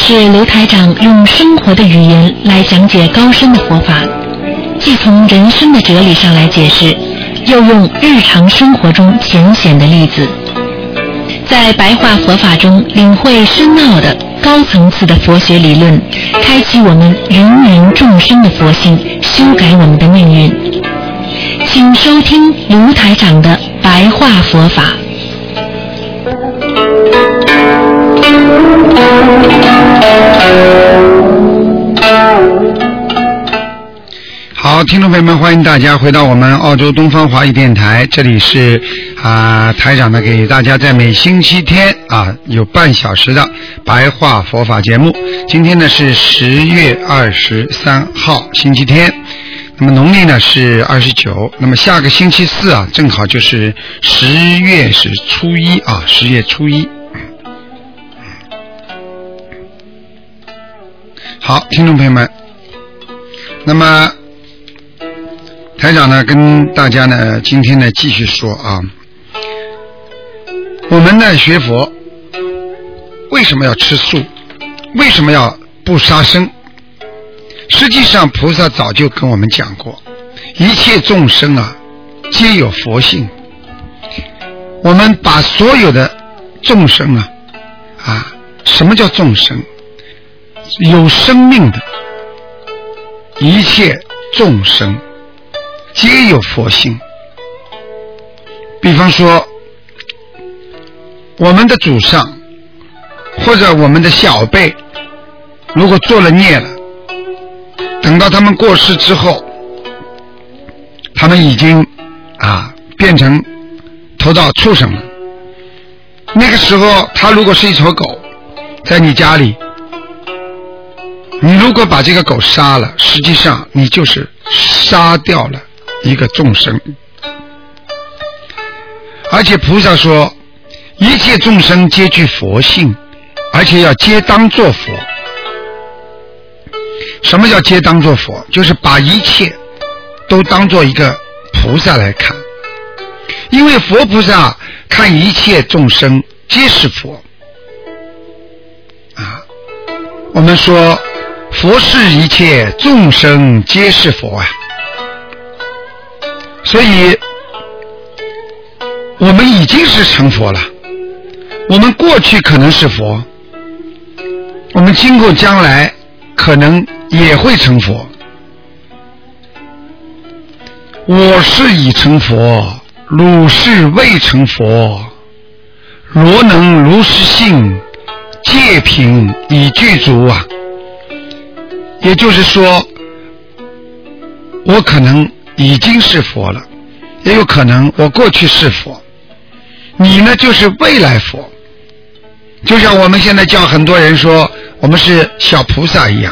是卢台长用生活的语言来讲解高深的佛法，既从人生的哲理上来解释，又用日常生活中浅显的例子，在白话佛法中领会深奥的高层次的佛学理论，开启我们芸芸众生的佛性，修改我们的命运。请收听卢台长的白话佛法。 好，听众朋友们，欢迎大家回到我们澳洲东方华语电台，这里是台长呢给大家在每星期天有半小时的白话佛法节目。今天呢是10月23号星期天，那么农历呢是29，那么下个星期四正好就是10月初一10月初一。好，听众朋友们，那么台长呢跟大家呢今天呢继续说我们呢学佛为什么要吃素，为什么要不杀生？实际上菩萨早就跟我们讲过，一切众生皆有佛性。我们把所有的众生什么叫众生？有生命的一切众生皆有佛性。比方说我们的祖上或者我们的小辈，如果做了孽了，等到他们过世之后，他们已经变成投到畜生了。那个时候他如果是一头狗在你家里，你如果把这个狗杀了，实际上你就是杀掉了一个众生。而且菩萨说一切众生皆具佛性，而且要皆当作佛。什么叫皆当作佛？就是把一切都当作一个菩萨来看，因为佛菩萨看一切众生皆是佛我们说佛是一切众生皆是佛所以我们已经是成佛了。我们过去可能是佛，我们今后将来可能也会成佛。我是已成佛，汝是未成佛，若能如是信，戒品已具足也就是说，我可能已经是佛了，也有可能我过去是佛，你呢就是未来佛。就像我们现在叫很多人说我们是小菩萨一样，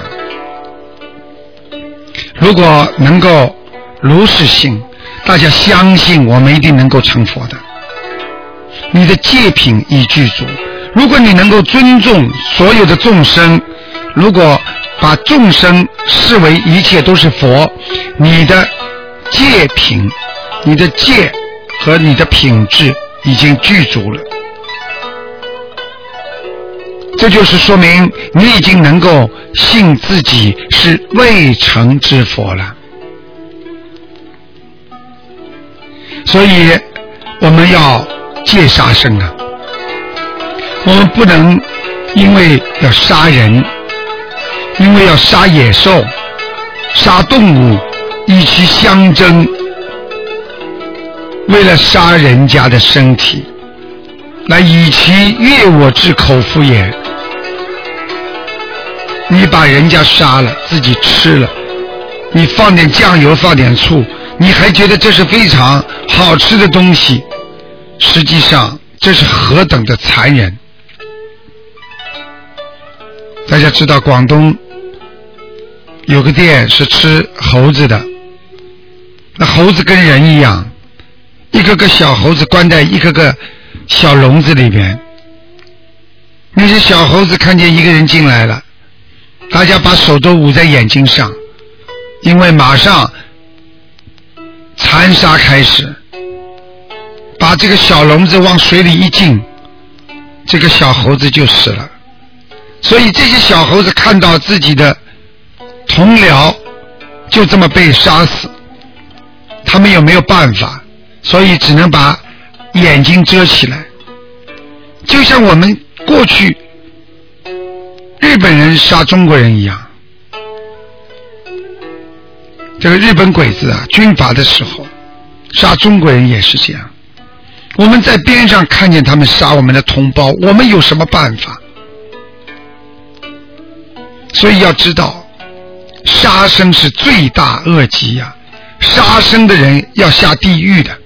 如果能够如是信，大家相信我们一定能够成佛的。你的戒品已具足，如果你能够尊重所有的众生，如果把众生视为一切都是佛，你的戒品，你的戒和你的品质已经具足了。这就是说明你已经能够信自己是未成之佛了。所以我们要戒杀生我们不能因为要杀人，因为要杀野兽、杀动物，与其相争，为了杀人家的身体，来以其悦我之口腹也。你把人家杀了，自己吃了，你放点酱油，放点醋，你还觉得这是非常好吃的东西，实际上这是何等的残忍。大家知道广东有个店是吃猴子的，那猴子跟人一样，一个个小猴子关在一个个小笼子里边，那些小猴子看见一个人进来了，大家把手都捂在眼睛上，因为马上残杀开始，把这个小笼子往水里一浸，这个小猴子就死了。 所以这些小猴子看到自己的同僚就这么被杀死，他们有没有办法？所以只能把眼睛遮起来。就像我们过去日本人杀中国人一样，这个日本鬼子啊，军阀的时候杀中国人也是这样。我们在边上看见他们杀我们的同胞，我们有什么办法？所以要知道，杀生是罪大恶极呀，杀生的人要下地狱的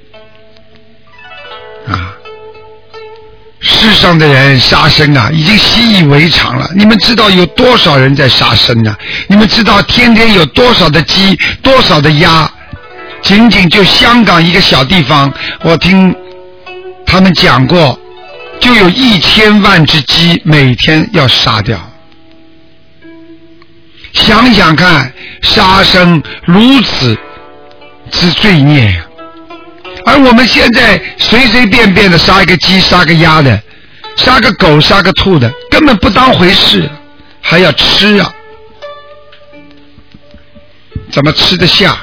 啊！世上的人杀生啊，已经习以为常了。你们知道有多少人在杀生啊？你们知道天天有多少的鸡，多少的鸭？仅仅就香港一个小地方，我听他们讲过，就有1000万只鸡每天要杀掉。想想看，杀生如此之罪孽呀！而我们现在随随便便的杀一个鸡，杀个鸭的，杀个狗，杀个兔的，根本不当回事，还要吃啊！怎么吃得下？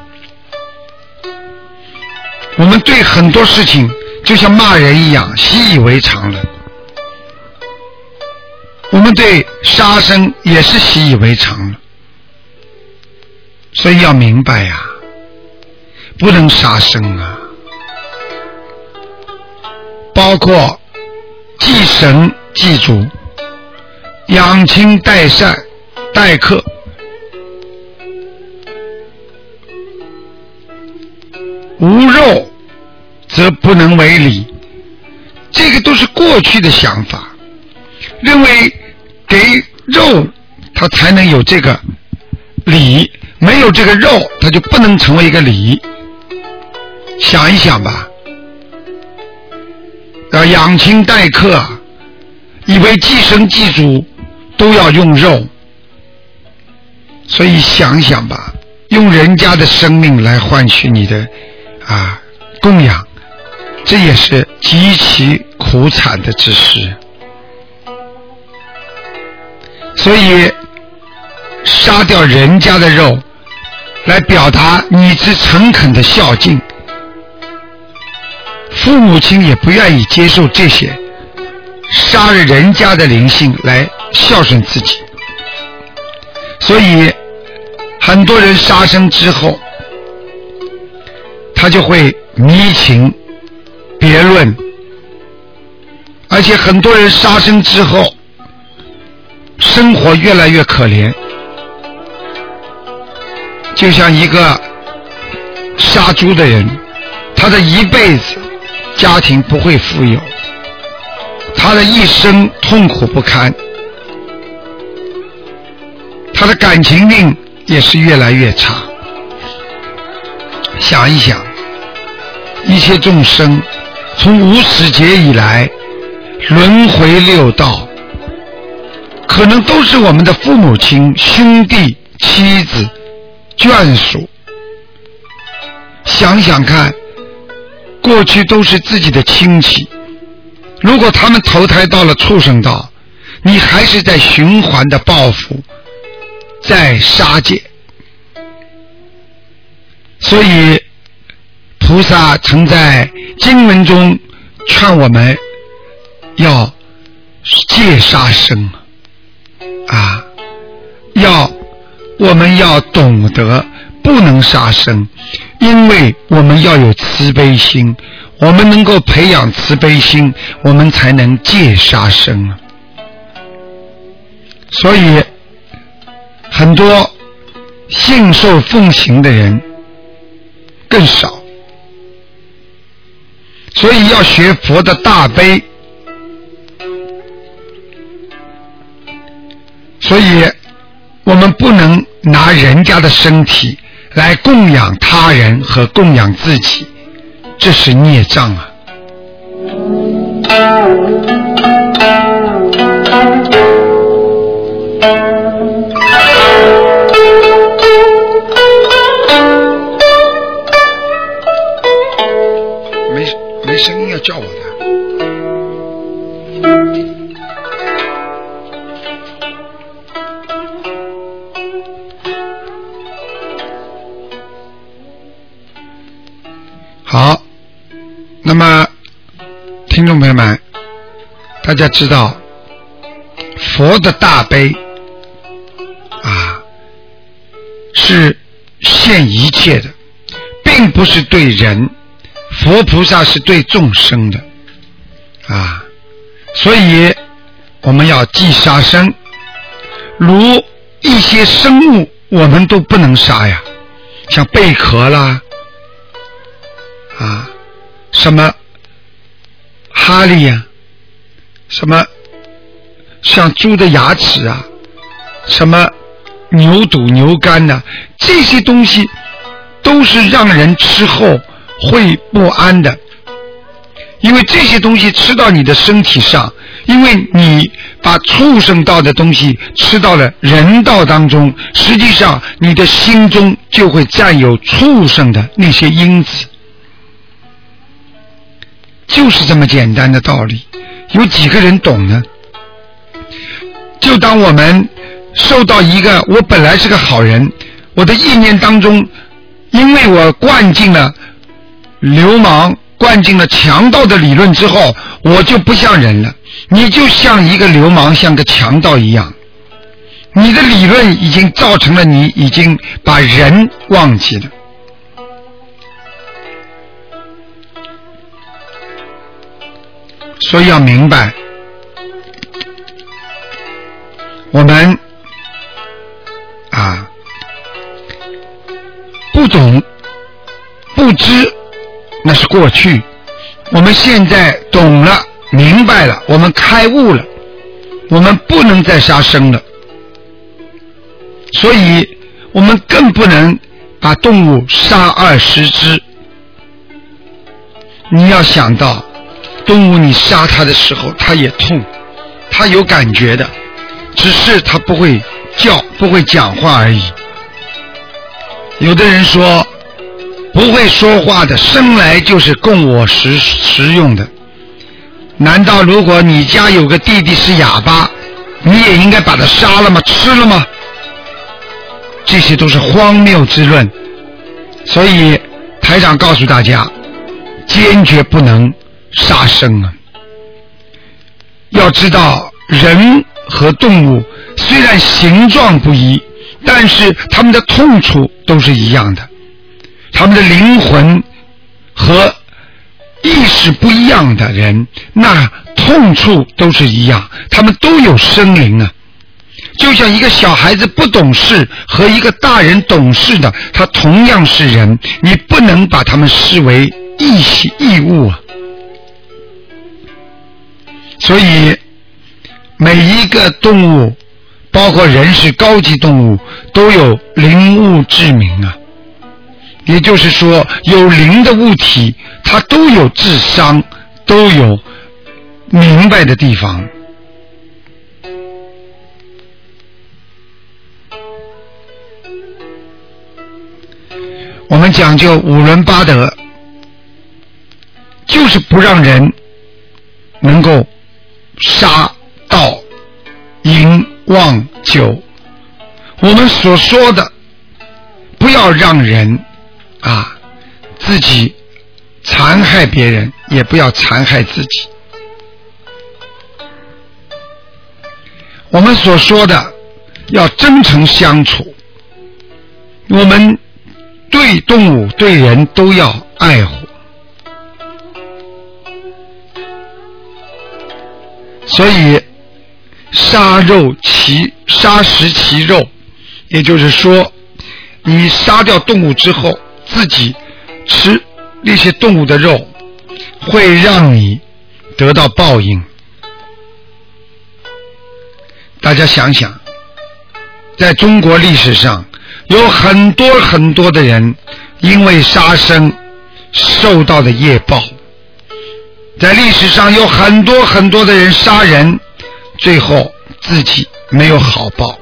我们对很多事情就像骂人一样，习以为常了。我们对杀生也是习以为常了。所以要明白呀，不能杀生啊。包括祭神祭祖、养亲待善待客，无肉则不能为礼，这个都是过去的想法，认为给肉它才能有这个礼，没有这个肉它就不能成为一个礼。想一想吧，要养亲待客，以为祭神祭祖都要用肉，所以想想吧，用人家的生命来换取你的供养，这也是极其苦惨的之事。所以杀掉人家的肉来表达你之诚恳的孝敬，父母亲也不愿意接受这些，杀了人家的灵性来孝顺自己。所以很多人杀生之后，他就会迷情别论，而且很多人杀生之后生活越来越可怜，就像一个杀猪的人，他的一辈子家庭不会富有，他的一生痛苦不堪，他的感情运也是越来越差。想一想，一切众生从无始劫以来轮回六道，可能都是我们的父母亲、兄弟、妻子、眷属。想想看，过去都是自己的亲戚，如果他们投胎到了畜生道，你还是在循环的报复，在杀戒。所以菩萨曾在经文中劝我们要戒杀生我们要懂得不能杀生，因为我们要有慈悲心，我们能够培养慈悲心，我们才能戒杀生。所以很多信受奉行的人更少，所以要学佛的大悲。所以我们不能拿人家的身体来供养他人和供养自己，这是孽障啊。没声音要叫我的。 大家知道佛的大悲是现一切的，并不是对人，佛菩萨是对众生的所以我们要忌杀生，如一些生物我们都不能杀呀，像贝壳啦什么哈利呀，什么像猪的牙齿什么牛肚牛肝这些东西都是让人吃后会不安的，因为这些东西吃到你的身体上，因为你把畜生道的东西吃到了人道当中，实际上你的心中就会占有畜生的那些因子，就是这么简单的道理。有几个人懂呢？就当我们受到一个，我本来是个好人，我的意念当中，因为我灌进了流氓，灌进了强盗的理论之后，我就不像人了，你就像一个流氓，像个强盗一样，你的理论已经造成了你已经把人忘记了。所以要明白，我们不懂不知那是过去，我们现在懂了明白了，我们开悟了，我们不能再杀生了，所以我们更不能把动物杀20只。你要想到动物你杀它的时候它也痛，它有感觉的，只是它不会叫不会讲话而已。有的人说不会说话的生来就是供我食用的，难道如果你家有个弟弟是哑巴，你也应该把他杀了吗？吃了吗？这些都是荒谬之论。所以台长告诉大家，坚决不能杀生要知道人和动物虽然形状不一，但是他们的痛处都是一样的，他们的灵魂和意识不一样的人，那痛处都是一样，他们都有生灵就像一个小孩子不懂事和一个大人懂事的，他同样是人，你不能把他们视为异物所以每一个动物，包括人是高级动物，都有灵物之名也就是说有灵的物体它都有智商，都有明白的地方。我们讲究五伦八德，就是不让人能够杀盗淫妄酒。我们所说的不要让人自己残害别人，也不要残害自己。我们所说的要真诚相处，我们对动物对人都要爱护。所以杀食其肉，也就是说你杀掉动物之后自己吃那些动物的肉，会让你得到报应。大家想想，在中国历史上有很多很多的人因为杀生受到的业报，在历史上有很多很多的人杀人，最后自己没有好报。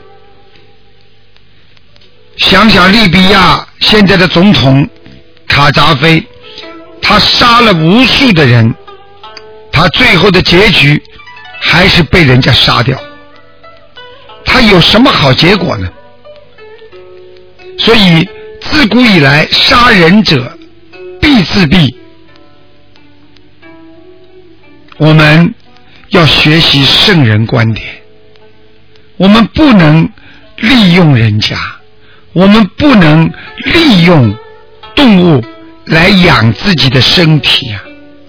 想想利比亚现在的总统卡扎菲，他杀了无数的人，他最后的结局还是被人家杀掉，他有什么好结果呢？所以自古以来杀人者必自毙。我们要学习圣人观点，我们不能利用人家，我们不能利用动物来养自己的身体啊。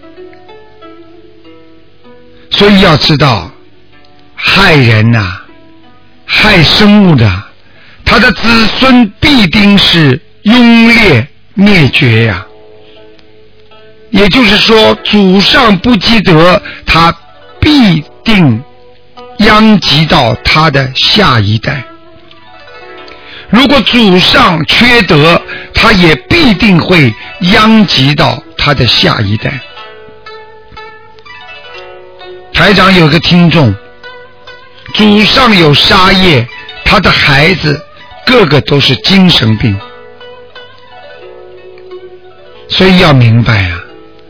所以要知道，害人啊，害生物的，他的子孙必定是庸劣灭绝呀。也就是说，祖上不积德，他必定殃及到他的下一代。如果祖上缺德，他也必定会殃及到他的下一代。台长有个听众，祖上有杀业，他的孩子个个都是精神病。所以要明白啊，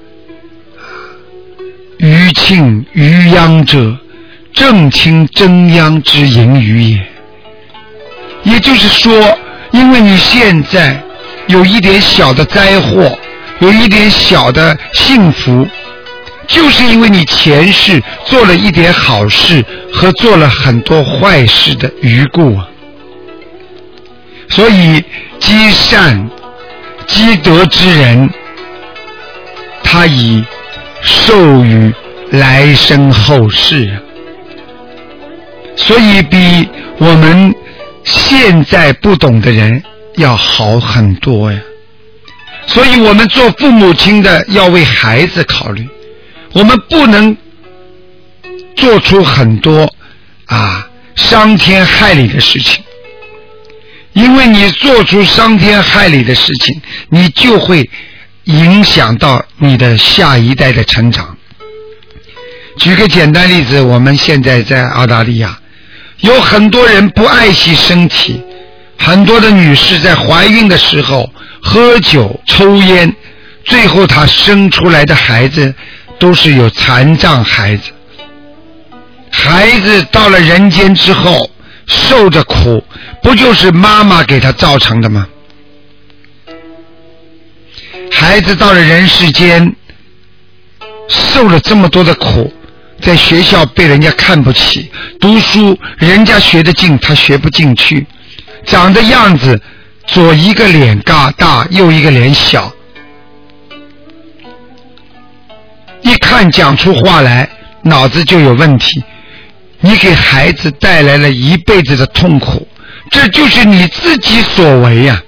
余庆余殃者，正亲真殃之盈余也。也就是说，因为你现在有一点小的灾祸，有一点小的幸福，就是因为你前世做了一点好事和做了很多坏事的余故啊。所以积善积德之人，他已受于来生后世啊。所以比我们现在不懂的人要好很多呀。所以我们做父母亲的要为孩子考虑，我们不能做出很多伤天害理的事情，因为你做出伤天害理的事情，你就会影响到你的下一代的成长。举个简单例子，我们现在在澳大利亚有很多人不爱惜身体，很多的女士在怀孕的时候喝酒抽烟，最后她生出来的孩子都是有残障孩子。孩子到了人间之后受着苦，不就是妈妈给他造成的吗？孩子到了人世间受了这么多的苦，在学校被人家看不起，读书人家学得进他学不进去，长的样子左一个脸大右一个脸小，一看讲出话来脑子就有问题，你给孩子带来了一辈子的痛苦，这就是你自己所为呀。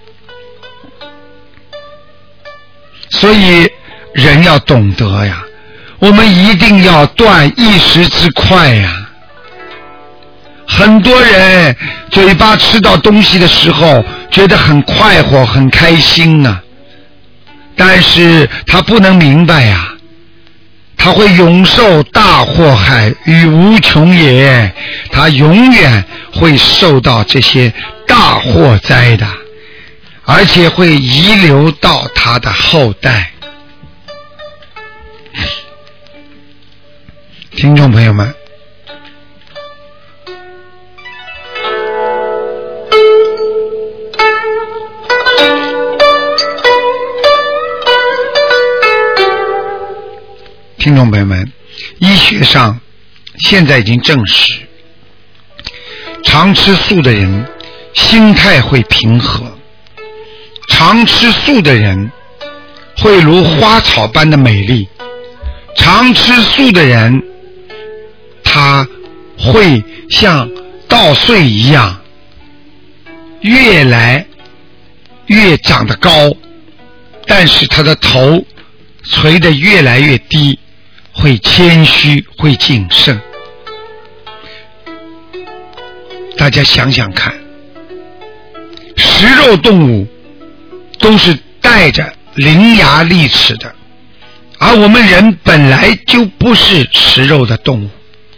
所以人要懂得呀，我们一定要断一时之快呀。很多人嘴巴吃到东西的时候觉得很快活很开心啊，但是他不能明白呀，他会永受大祸害于无穷也，他永远会受到这些大祸灾的，而且会遗留到他的后代。听众朋友们，听众朋友们，医学上现在已经证实，常吃素的人心态会平和，常吃素的人会如花草般的美丽，常吃素的人他会像稻穗一样越来越长得高，但是他的头垂得越来越低，会谦虚，会谨慎。大家想想看，食肉动物都是带着伶牙俐齿的，而我们人本来就不是食肉的动物。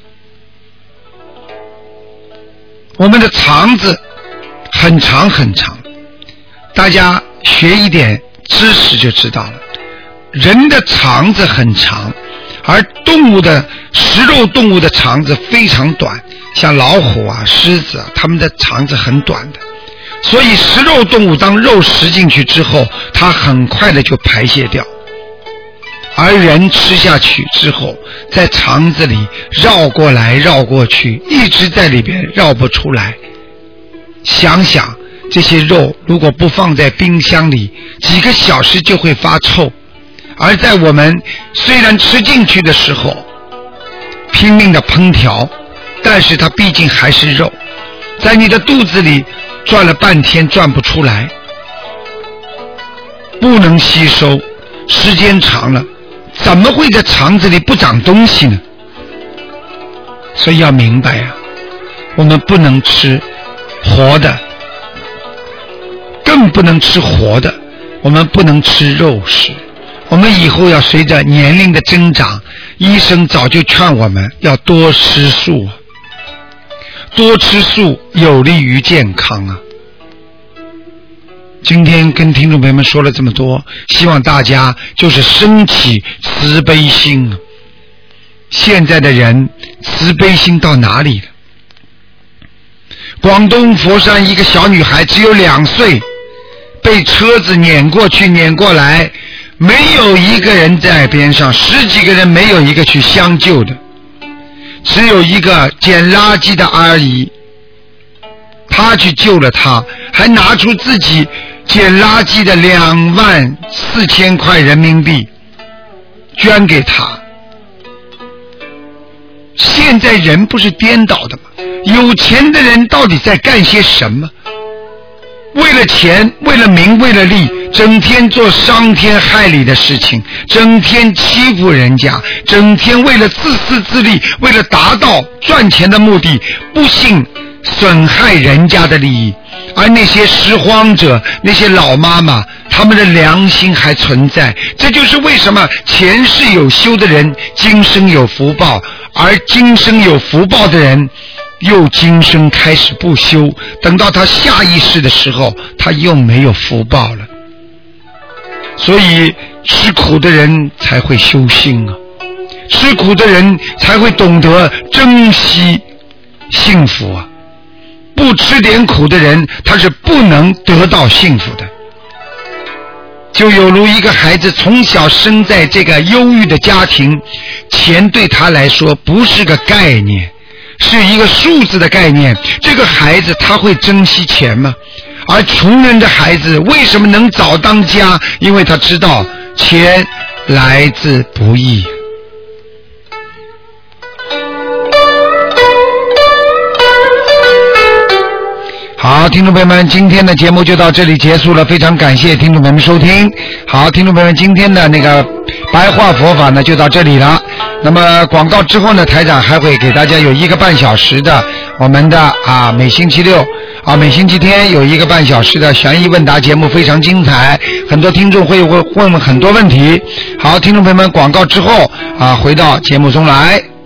我们的肠子很长很长，大家学一点知识就知道了，人的肠子很长，而动物的食肉动物的肠子非常短，像老虎啊狮子啊，它们的肠子很短的，所以食肉动物当肉食进去之后，它很快的就排泄掉。 而人吃下去之后，在肠子里绕过来绕过去，一直在里边绕不出来。想想这些肉如果不放在冰箱里，几个小时就会发臭，而在我们虽然吃进去的时候拼命的烹调，但是它毕竟还是肉，在你的肚子里转了半天转不出来，不能吸收，时间长了怎么会在肠子里不长东西呢？所以要明白啊，我们不能吃活的，更不能吃活的，我们不能吃肉食。我们以后要随着年龄的增长，医生早就劝我们要多吃素，多吃素有利于健康啊。今天跟听众朋友们说了这么多，希望大家就是升起慈悲心。现在的人慈悲心到哪里了？广东佛山一个小女孩只有2岁，被车子碾过去碾过来，没有一个人在边上，10几个人没有一个去相救的，只有一个捡垃圾的阿姨，她去救了她，还拿出自己捡垃圾的24000块人民币捐给她。现在人不是颠倒的吗？有钱的人到底在干些什么？为了钱，为了名，为了利，整天做伤天害理的事情，整天欺负人家，整天为了自私自利，为了达到赚钱的目的，不幸损害人家的利益。而那些拾荒者，那些老妈妈，他们的良心还存在。这就是为什么前世有修的人今生有福报，而今生有福报的人又今生开始不修，等到他下一世的时候他又没有福报了。所以吃苦的人才会修心啊，吃苦的人才会懂得珍惜幸福啊。不吃点苦的人他是不能得到幸福的。就有如一个孩子从小生在这个忧郁的家庭，钱对他来说不是个概念，是一个数字的概念。这个孩子他会珍惜钱吗？而穷人的孩子为什么能早当家？因为他知道钱来自不易。好，听众朋友们，今天的节目就到这里结束了，非常感谢听众朋友们收听。好，听众朋友们，今天的那个白话佛法呢就到这里了。那么广告之后呢，台长还会给大家有1个半小时的我们的每星期六每星期天有1个半小时的悬疑问答节目，非常精彩，很多听众会问很多问题。好，听众朋友们，广告之后回到节目中来。